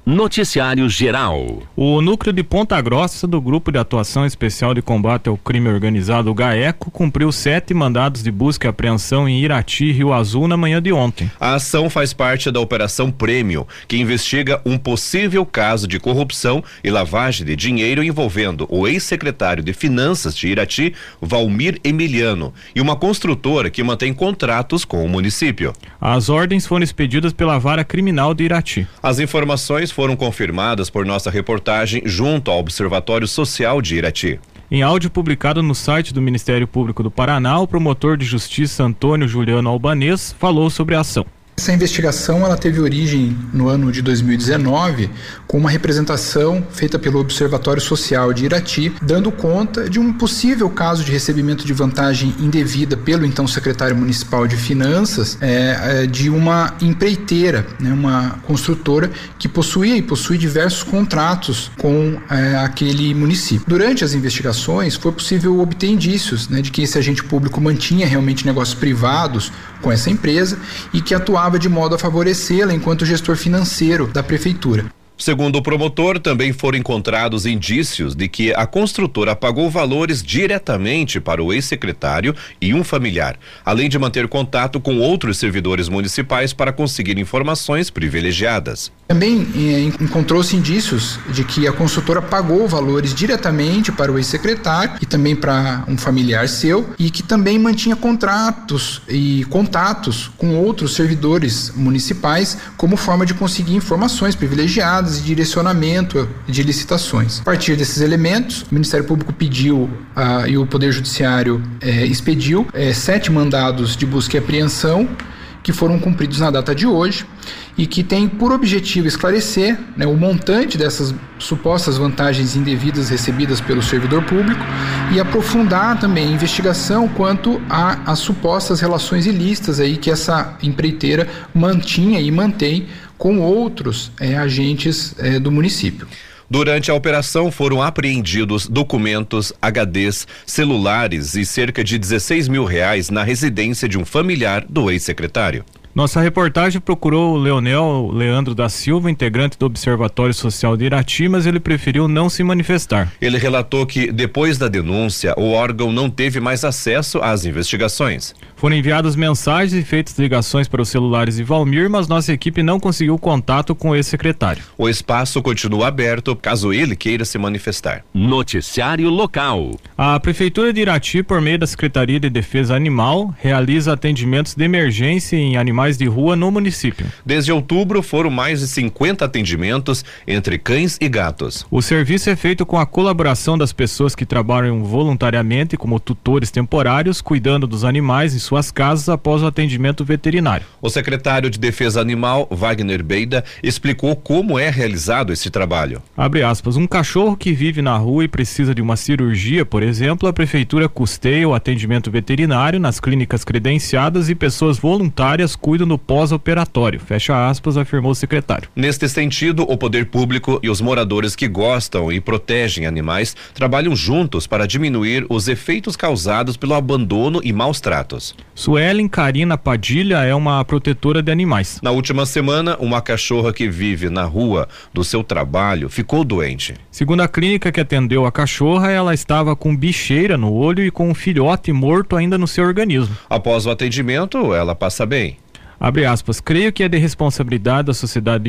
Noticiário Geral. O núcleo de Ponta Grossa do Grupo de Atuação Especial de Combate ao Crime Organizado, o GAECO, cumpriu 7 mandados de busca e apreensão em Irati, Rio Azul, na manhã de ontem. A ação faz parte da Operação Prêmio, que investiga um possível caso de corrupção e lavagem de dinheiro envolvendo o ex-secretário de Finanças de Irati, Valmir Emiliano, e uma construtora que mantém contratos com o município. As ordens foram expedidas pela Vara Criminal de Irati. As informações foram confirmadas por nossa reportagem junto ao Observatório Social de Irati. Em áudio publicado no site do Ministério Público do Paraná, o promotor de justiça Antônio Juliano Albanês falou sobre a ação. Essa investigação ela teve origem no ano de 2019 com uma representação feita pelo Observatório Social de Irati, dando conta de um possível caso de recebimento de vantagem indevida pelo então secretário municipal de Finanças de uma empreiteira, uma construtora que possuía e possui diversos contratos com aquele município. Durante as investigações foi possível obter indícios de que esse agente público mantinha realmente negócios privados com essa empresa e que atuava de modo a favorecê-la enquanto gestor financeiro da prefeitura. Segundo o promotor, também foram encontrados indícios de que a construtora pagou valores diretamente para o ex-secretário e um familiar, além de manter contato com outros servidores municipais para conseguir informações privilegiadas. Também encontrou-se indícios de que a construtora pagou valores diretamente para o ex-secretário e também para um familiar seu, e que também mantinha contratos e contatos com outros servidores municipais como forma de conseguir informações privilegiadas e direcionamento de licitações. A partir desses elementos, o Ministério Público pediu e o Poder Judiciário expediu 7 mandados de busca e apreensão que foram cumpridos na data de hoje e que tem por objetivo esclarecer o montante dessas supostas vantagens indevidas recebidas pelo servidor público e aprofundar também a investigação quanto às supostas relações ilícitas aí que essa empreiteira mantinha e mantém com outros agentes do município. Durante a operação foram apreendidos documentos, HDs, celulares e cerca de R$16 mil na residência de um familiar do ex-secretário. Nossa reportagem procurou o Leonel Leandro da Silva, integrante do Observatório Social de Irati, mas ele preferiu não se manifestar. Ele relatou que, depois da denúncia, o órgão não teve mais acesso às investigações. Foram enviadas mensagens e feitas ligações para os celulares de Valmir, mas nossa equipe não conseguiu contato com esse secretário. O espaço continua aberto, caso ele queira se manifestar. Noticiário Local. A Prefeitura de Irati, por meio da Secretaria de Defesa Animal, realiza atendimentos de emergência em animais de rua no município. Desde outubro foram mais de 50 atendimentos entre cães e gatos. O serviço é feito com a colaboração das pessoas que trabalham voluntariamente como tutores temporários, cuidando dos animais em suas casas após o atendimento veterinário. O secretário de Defesa Animal, Wagner Beida, explicou como é realizado esse trabalho. Abre aspas, um cachorro que vive na rua e precisa de uma cirurgia, por exemplo, a prefeitura custeia o atendimento veterinário nas clínicas credenciadas e pessoas voluntárias cuidam no pós-operatório, fecha aspas, afirmou o secretário. Neste sentido, o poder público e os moradores que gostam e protegem animais trabalham juntos para diminuir os efeitos causados pelo abandono e maus tratos. Suelen Karina Padilha é uma protetora de animais. Na última semana, uma cachorra que vive na rua do seu trabalho ficou doente. Segundo a clínica que atendeu a cachorra, ela estava com bicheira no olho e com um filhote morto ainda no seu organismo. Após o atendimento, ela passa bem. Abre aspas, creio que é de responsabilidade da sociedade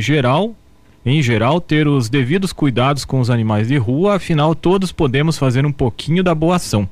em geral, ter os devidos cuidados com os animais de rua, afinal todos podemos fazer um pouquinho da boa ação.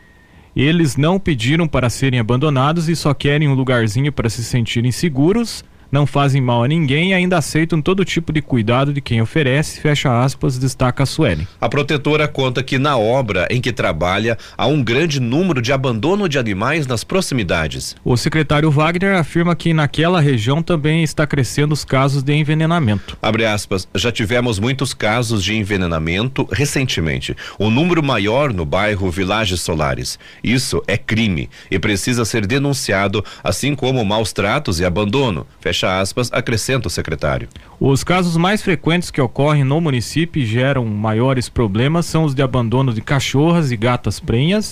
Eles não pediram para serem abandonados e só querem um lugarzinho para se sentirem seguros, não fazem mal a ninguém e ainda aceitam todo tipo de cuidado de quem oferece, fecha aspas, destaca a Sueli. A protetora conta que na obra em que trabalha há um grande número de abandono de animais nas proximidades. O secretário Wagner afirma que naquela região também está crescendo os casos de envenenamento. Abre aspas, já tivemos muitos casos de envenenamento recentemente. O número maior no bairro Village Solares. Isso é crime e precisa ser denunciado, assim como maus tratos e abandono, fecha aspas, acrescenta o secretário. Os casos mais frequentes que ocorrem no município e geram maiores problemas são os de abandono de cachorras e gatas prenhas,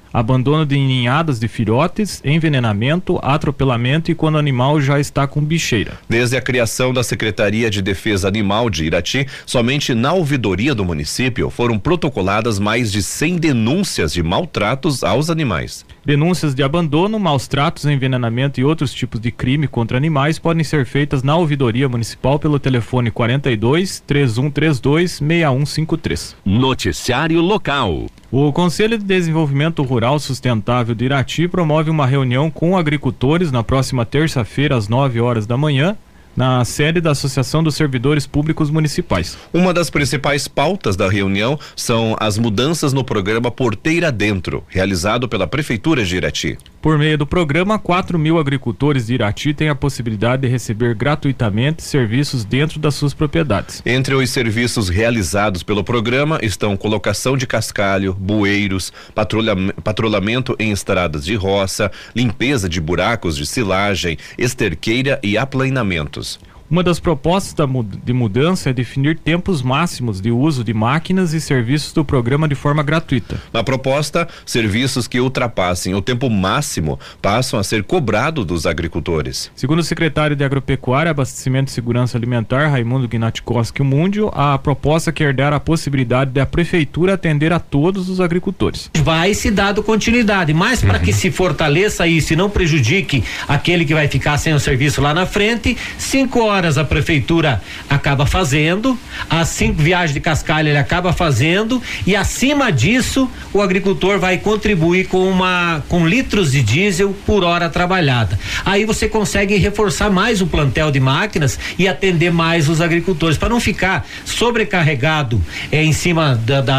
abandono de ninhadas de filhotes, envenenamento, atropelamento e quando o animal já está com bicheira. Desde a criação da Secretaria de Defesa Animal de Irati, somente na ouvidoria do município foram protocoladas mais de 100 denúncias de maltratos aos animais. Denúncias de abandono, maus tratos, envenenamento e outros tipos de crime contra animais podem ser feitas na ouvidoria municipal pelo telefone 42 3132 6153. Noticiário local. O Conselho de Desenvolvimento Rural Sustentável de Irati promove uma reunião com agricultores na próxima terça-feira às 9 horas da manhã, na sede da Associação dos Servidores Públicos Municipais. Uma das principais pautas da reunião são as mudanças no programa Porteira Dentro, realizado pela Prefeitura de Irati. Por meio do programa, 4.000 agricultores de Irati têm a possibilidade de receber gratuitamente serviços dentro das suas propriedades. Entre os serviços realizados pelo programa estão colocação de cascalho, bueiros, patrulhamento em estradas de roça, limpeza de buracos de silagem, esterqueira e aplainamentos. Uma das propostas de mudança é definir tempos máximos de uso de máquinas e serviços do programa de forma gratuita. Na proposta, serviços que ultrapassem o tempo máximo passam a ser cobrados dos agricultores. Segundo o secretário de Agropecuária, Abastecimento e Segurança Alimentar, Raimundo Gnatikoski Mundio, a proposta quer dar a possibilidade da prefeitura atender a todos os agricultores. Vai se dado continuidade, mas para que se fortaleça isso e não prejudique aquele que vai ficar sem o serviço lá na frente, 5 horas a prefeitura acaba fazendo, as 5 viagens de cascalho ele acaba fazendo e acima disso o agricultor vai contribuir com litros de diesel por hora trabalhada. Aí você consegue reforçar mais o plantel de máquinas e atender mais os agricultores para não ficar sobrecarregado em cima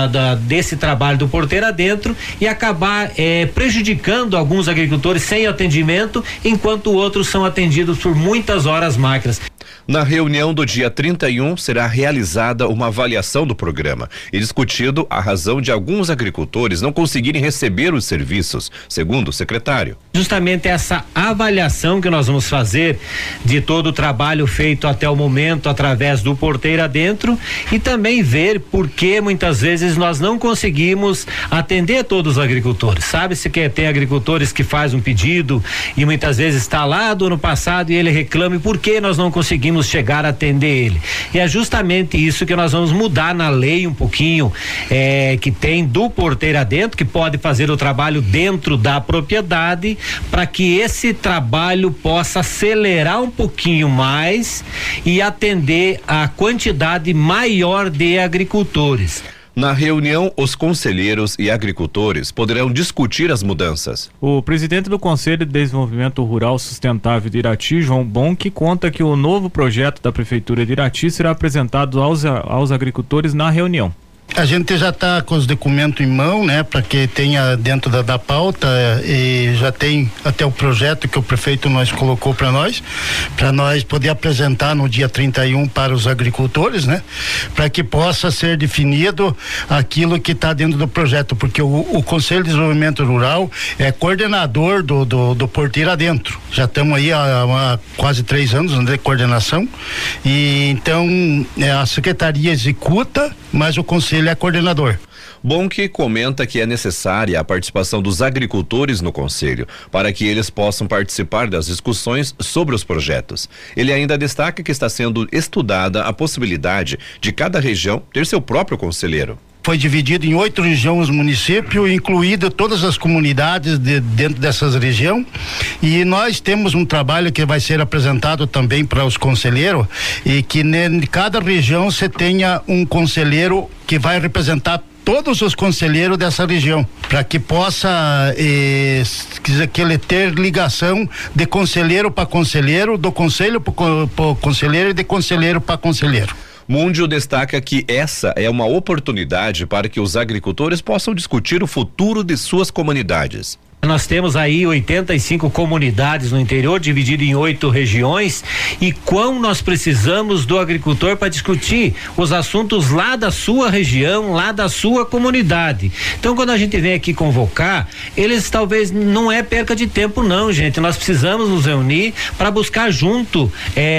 desse trabalho do Porteira Dentro e acabar prejudicando alguns agricultores sem atendimento, enquanto outros são atendidos por muitas horas máquinas. Na reunião do dia 31 será realizada uma avaliação do programa e discutido a razão de alguns agricultores não conseguirem receber os serviços, segundo o secretário. Justamente essa avaliação que nós vamos fazer de todo o trabalho feito até o momento através do Porteira Dentro e também ver por que muitas vezes nós não conseguimos atender todos os agricultores. Sabe-se que tem agricultores que faz um pedido e muitas vezes está lá do ano passado e ele reclama por que nós não conseguimos chegar a atender ele. E é justamente isso que nós vamos mudar na lei um pouquinho, que tem do Porteira Dentro, que pode fazer o trabalho dentro da propriedade, para que esse trabalho possa acelerar um pouquinho mais e atender a quantidade maior de agricultores. Na reunião, os conselheiros e agricultores poderão discutir as mudanças. O presidente do Conselho de Desenvolvimento Rural Sustentável de Irati, João Bonk, conta que o novo projeto da Prefeitura de Irati será apresentado aos agricultores na reunião. A gente já está com os documentos em mão, né, para que tenha dentro da pauta, e já tem até o projeto que o prefeito nós colocou para nós poder apresentar no dia 31 para os agricultores, né, para que possa ser definido aquilo que está dentro do projeto, porque o Conselho de Desenvolvimento Rural é coordenador do Porteira Dentro. Já estamos aí há quase 3 anos de coordenação e então a secretaria executa, mas o Conselho é coordenador. Bonk comenta que é necessária a participação dos agricultores no conselho, para que eles possam participar das discussões sobre os projetos. Ele ainda destaca que está sendo estudada a possibilidade de cada região ter seu próprio conselheiro. Foi dividido em 8 regiões o município, incluído todas as comunidades dentro dessas regiões, e nós temos um trabalho que vai ser apresentado também para os conselheiros, e que em cada região você tenha um conselheiro que vai representar todos os conselheiros dessa região, para que possa que ele ter ligação de conselheiro para conselheiro, do conselho para conselheiro e de conselheiro para conselheiro. Mundio destaca que essa é uma oportunidade para que os agricultores possam discutir o futuro de suas comunidades. Nós temos aí 85 comunidades no interior, dividido em 8 regiões, e quão nós precisamos do agricultor para discutir os assuntos lá da sua região, lá da sua comunidade. Então, quando a gente vem aqui convocar, eles talvez não é perca de tempo não, gente. Nós precisamos nos reunir para buscar junto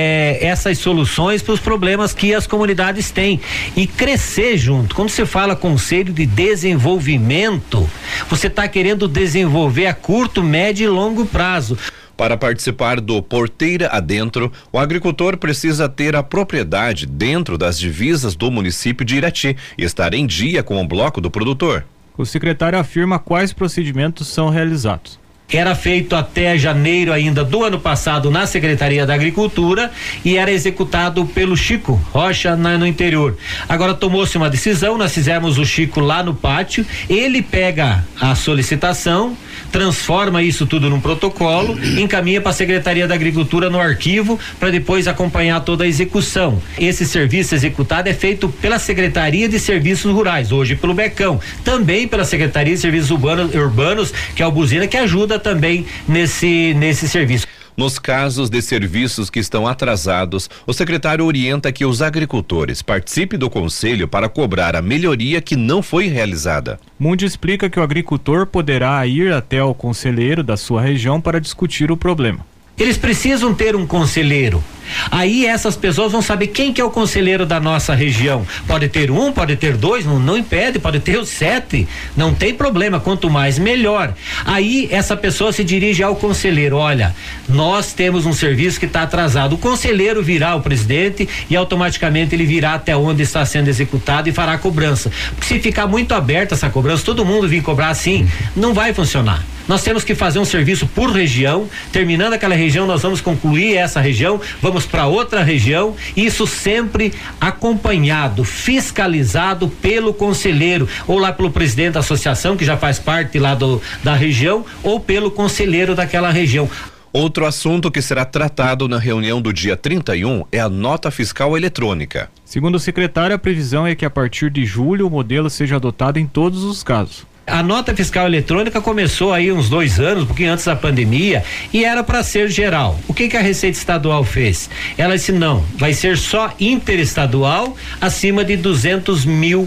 essas soluções para os problemas que as comunidades têm e crescer junto. Quando você fala Conselho de Desenvolvimento, você está querendo desenvolver a curto, médio e longo prazo. Para participar do Porteira Adentro, o agricultor precisa ter a propriedade dentro das divisas do município de Irati e estar em dia com o bloco do produtor. O secretário afirma quais procedimentos são realizados. Era feito até janeiro ainda do ano passado na Secretaria da Agricultura e era executado pelo Chico Rocha no interior. Agora tomou-se uma decisão, nós fizemos o Chico lá no pátio, ele pega a solicitação, transforma isso tudo num protocolo, encaminha para a Secretaria da Agricultura no arquivo para depois acompanhar toda a execução. Esse serviço executado é feito pela Secretaria de Serviços Rurais, hoje pelo Becão, também pela Secretaria de Serviços Urbanos, que é o Buzina, que ajuda também nesse serviço. Nos casos de serviços que estão atrasados, o secretário orienta que os agricultores participem do conselho para cobrar a melhoria que não foi realizada. Mundi explica que o agricultor poderá ir até o conselheiro da sua região para discutir o problema. Eles precisam ter um conselheiro. Aí essas pessoas vão saber quem que é o conselheiro da nossa região. Pode ter um, pode ter dois, não impede, pode ter os 7, não tem problema, quanto mais melhor. Aí essa pessoa se dirige ao conselheiro, olha, nós temos um serviço que está atrasado. O conselheiro virá ao presidente e automaticamente ele virá até onde está sendo executado e fará a cobrança. Porque se ficar muito aberta essa cobrança, todo mundo vir cobrar assim, não vai funcionar. Nós temos que fazer um serviço por região, terminando aquela região, nós vamos concluir essa região, vamos para outra região, isso sempre acompanhado, fiscalizado pelo conselheiro, ou lá pelo presidente da associação, que já faz parte lá da região, ou pelo conselheiro daquela região. Outro assunto que será tratado na reunião do dia 31 é a nota fiscal eletrônica. Segundo o secretário, a previsão é que a partir de julho o modelo seja adotado em todos os casos. A nota fiscal eletrônica começou aí uns 2 anos, um pouquinho antes da pandemia, e era para ser geral. O que a Receita Estadual fez? Ela disse não, vai ser só interestadual acima de R$200 mil.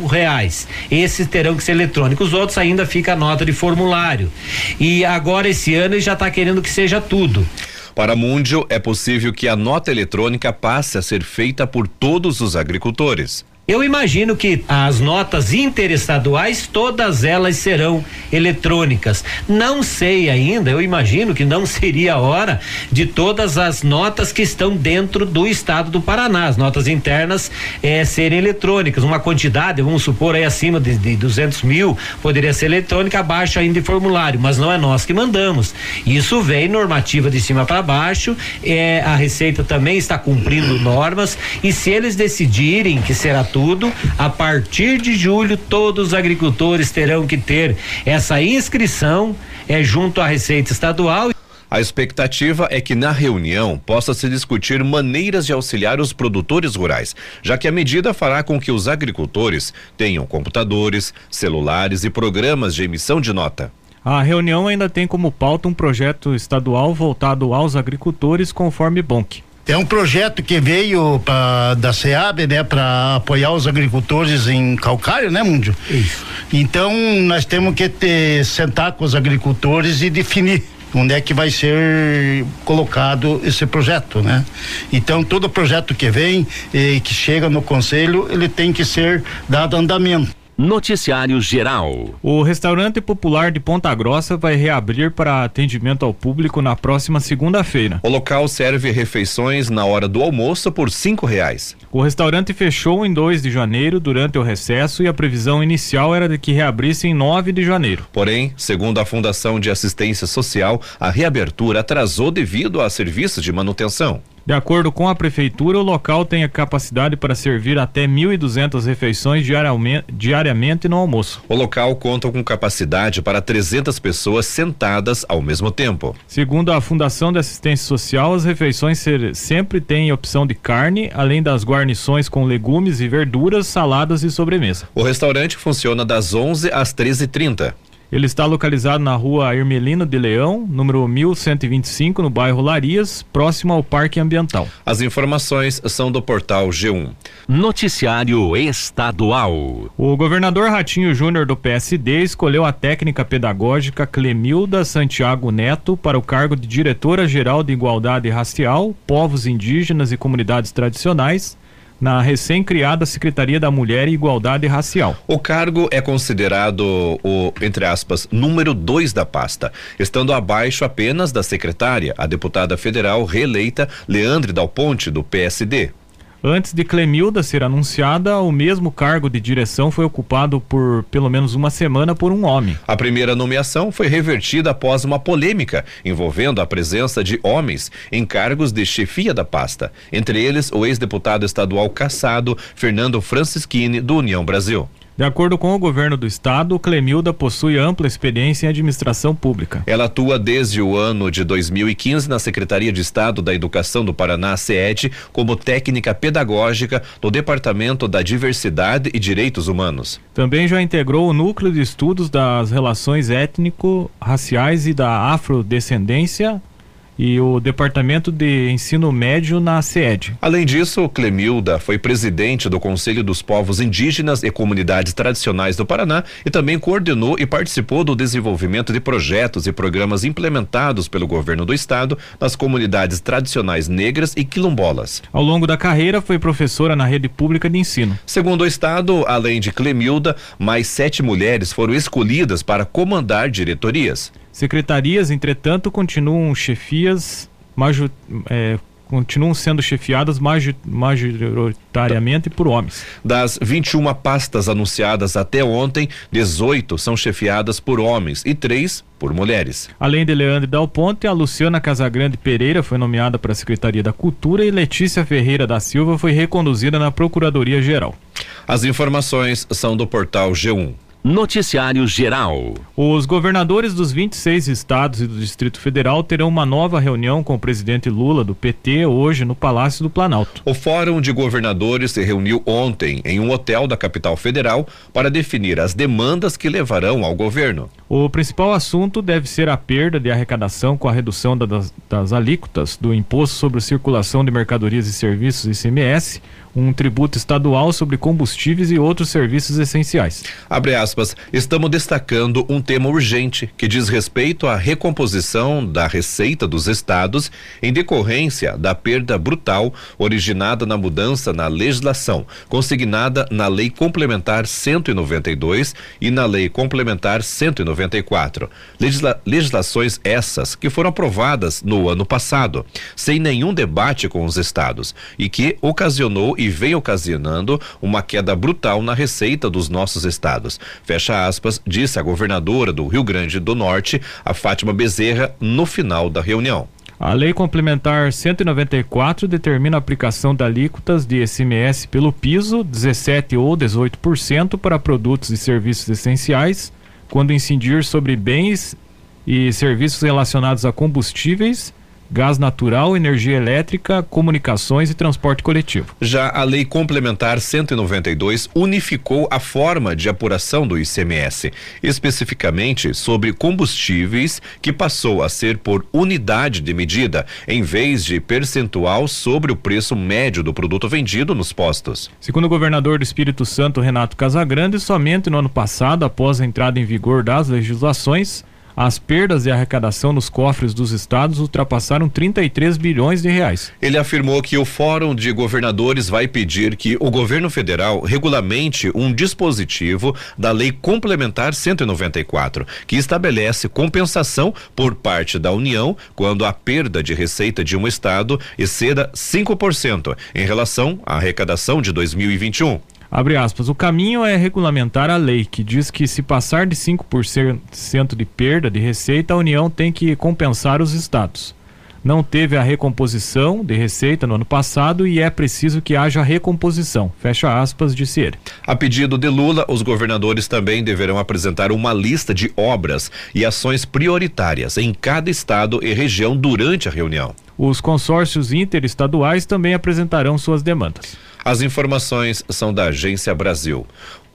Esses terão que ser eletrônicos, os outros ainda fica a nota de formulário. E agora esse ano ele já está querendo que seja tudo. Para Mundio, é possível que a nota eletrônica passe a ser feita por todos os agricultores. Eu imagino que as notas interestaduais, todas elas serão eletrônicas. Não sei ainda, eu imagino que não seria a hora de todas as notas que estão dentro do estado do Paraná, as notas internas serem eletrônicas. Uma quantidade, vamos supor aí acima de R$200 mil, poderia ser eletrônica, abaixo ainda de formulário, mas não é nós que mandamos. Isso vem normativa de cima para baixo, a Receita também está cumprindo normas, e se eles decidirem que será tudo, a partir de julho todos os agricultores terão que ter essa inscrição junto à Receita Estadual. A expectativa é que na reunião possa se discutir maneiras de auxiliar os produtores rurais, já que a medida fará com que os agricultores tenham computadores, celulares e programas de emissão de nota. A reunião ainda tem como pauta um projeto estadual voltado aos agricultores conforme BONC. É um projeto que veio da SEAB, né, para apoiar os agricultores em calcário, né, Mundio? Isso. Então, nós temos que sentar com os agricultores e definir onde é que vai ser colocado esse projeto, né? Então, todo projeto que vem e que chega no conselho, ele tem que ser dado andamento. Noticiário Geral. O restaurante popular de Ponta Grossa vai reabrir para atendimento ao público na próxima segunda-feira. O local serve refeições na hora do almoço por R$5. O restaurante fechou em 2 de janeiro durante o recesso e a previsão inicial era de que reabrisse em 9 de janeiro. Porém, segundo a Fundação de Assistência Social, a reabertura atrasou devido a serviços de manutenção. De acordo com a prefeitura, o local tem a capacidade para servir até 1.200 refeições diariamente no almoço. O local conta com capacidade para 300 pessoas sentadas ao mesmo tempo. Segundo a Fundação de Assistência Social, as refeições sempre têm opção de carne, além das guarnições com legumes e verduras, saladas e sobremesa. O restaurante funciona das 11 às 13h30. Ele está localizado na rua Hermelino de Leão, número 1125, no bairro Larias, próximo ao Parque Ambiental. As informações são do portal G1. Noticiário Estadual. O governador Ratinho Júnior do PSD escolheu a técnica pedagógica Clemilda Santiago Neto para o cargo de diretora-geral de Igualdade Racial, Povos Indígenas e Comunidades Tradicionais, na recém-criada Secretaria da Mulher e Igualdade Racial. O cargo é considerado o, entre aspas, número 2 da pasta, estando abaixo apenas da secretária, a deputada federal reeleita Leandre Dal Ponte, do PSD. Antes de Clemilda ser anunciada, o mesmo cargo de direção foi ocupado por pelo menos uma semana por um homem. A primeira nomeação foi revertida após uma polêmica envolvendo a presença de homens em cargos de chefia da pasta, entre eles o ex-deputado estadual cassado Fernando Francischini, do União Brasil. De acordo com o governo do estado, Clemilda possui ampla experiência em administração pública. Ela atua desde o ano de 2015 na Secretaria de Estado da Educação do Paraná, SEED, como técnica pedagógica no Departamento da Diversidade e Direitos Humanos. Também já integrou o Núcleo de Estudos das Relações Étnico-Raciais e da Afrodescendência e o Departamento de Ensino Médio na SEED. Além disso, Clemilda foi presidente do Conselho dos Povos Indígenas e Comunidades Tradicionais do Paraná e também coordenou e participou do desenvolvimento de projetos e programas implementados pelo governo do estado nas comunidades tradicionais negras e quilombolas. Ao longo da carreira, foi professora na rede pública de ensino. Segundo o estado, além de Clemilda, mais 7 mulheres foram escolhidas para comandar diretorias. Secretarias, entretanto, continuam sendo chefiadas majoritariamente por homens. Das 21 pastas anunciadas até ontem, 18 são chefiadas por homens e 3 por mulheres. Além de Leandro Dal Ponte, a Luciana Casagrande Pereira foi nomeada para a Secretaria da Cultura e Letícia Ferreira da Silva foi reconduzida na Procuradoria-Geral. As informações são do portal G1. Noticiário Geral. Os governadores dos 26 estados e do Distrito Federal terão uma nova reunião com o presidente Lula do PT hoje no Palácio do Planalto. O Fórum de Governadores se reuniu ontem em um hotel da capital federal para definir as demandas que levarão ao governo. O principal assunto deve ser a perda de arrecadação com a redução das alíquotas do Imposto sobre Circulação de Mercadorias e Serviços, ICMS, um tributo estadual sobre combustíveis e outros serviços essenciais. Abre aspas, estamos destacando um tema urgente que diz respeito à recomposição da receita dos estados em decorrência da perda brutal originada na mudança na legislação, consignada na Lei Complementar 192 e na Lei Complementar 194. Legislações essas que foram aprovadas no ano passado, sem nenhum debate com os estados, e que ocasionou e vem ocasionando uma queda brutal na receita dos nossos estados. Fecha aspas, disse a governadora do Rio Grande do Norte, a Fátima Bezerra, no final da reunião. A Lei Complementar 194 determina a aplicação de alíquotas de ICMS pelo piso, 17% ou 18% para produtos e serviços essenciais, quando incidir sobre bens e serviços relacionados a combustíveis, gás natural, energia elétrica, comunicações e transporte coletivo. Já a Lei Complementar 192 unificou a forma de apuração do ICMS, especificamente sobre combustíveis, que passou a ser por unidade de medida, em vez de percentual sobre o preço médio do produto vendido nos postos. Segundo o governador do Espírito Santo, Renato Casagrande, somente no ano passado, após a entrada em vigor das legislações, as perdas de arrecadação nos cofres dos estados ultrapassaram 33 bilhões de reais. Ele afirmou que o Fórum de Governadores vai pedir que o governo federal regulamente um dispositivo da Lei Complementar 194, que estabelece compensação por parte da União quando a perda de receita de um estado exceda 5% em relação à arrecadação de 2021. Abre aspas, o caminho é regulamentar a lei, que diz que se passar de 5% de perda de receita, a União tem que compensar os estados. Não teve a recomposição de receita no ano passado e é preciso que haja recomposição. Fecha aspas, disse ele. A pedido de Lula, os governadores também deverão apresentar uma lista de obras e ações prioritárias em cada estado e região durante a reunião. Os consórcios interestaduais também apresentarão suas demandas. As informações são da Agência Brasil.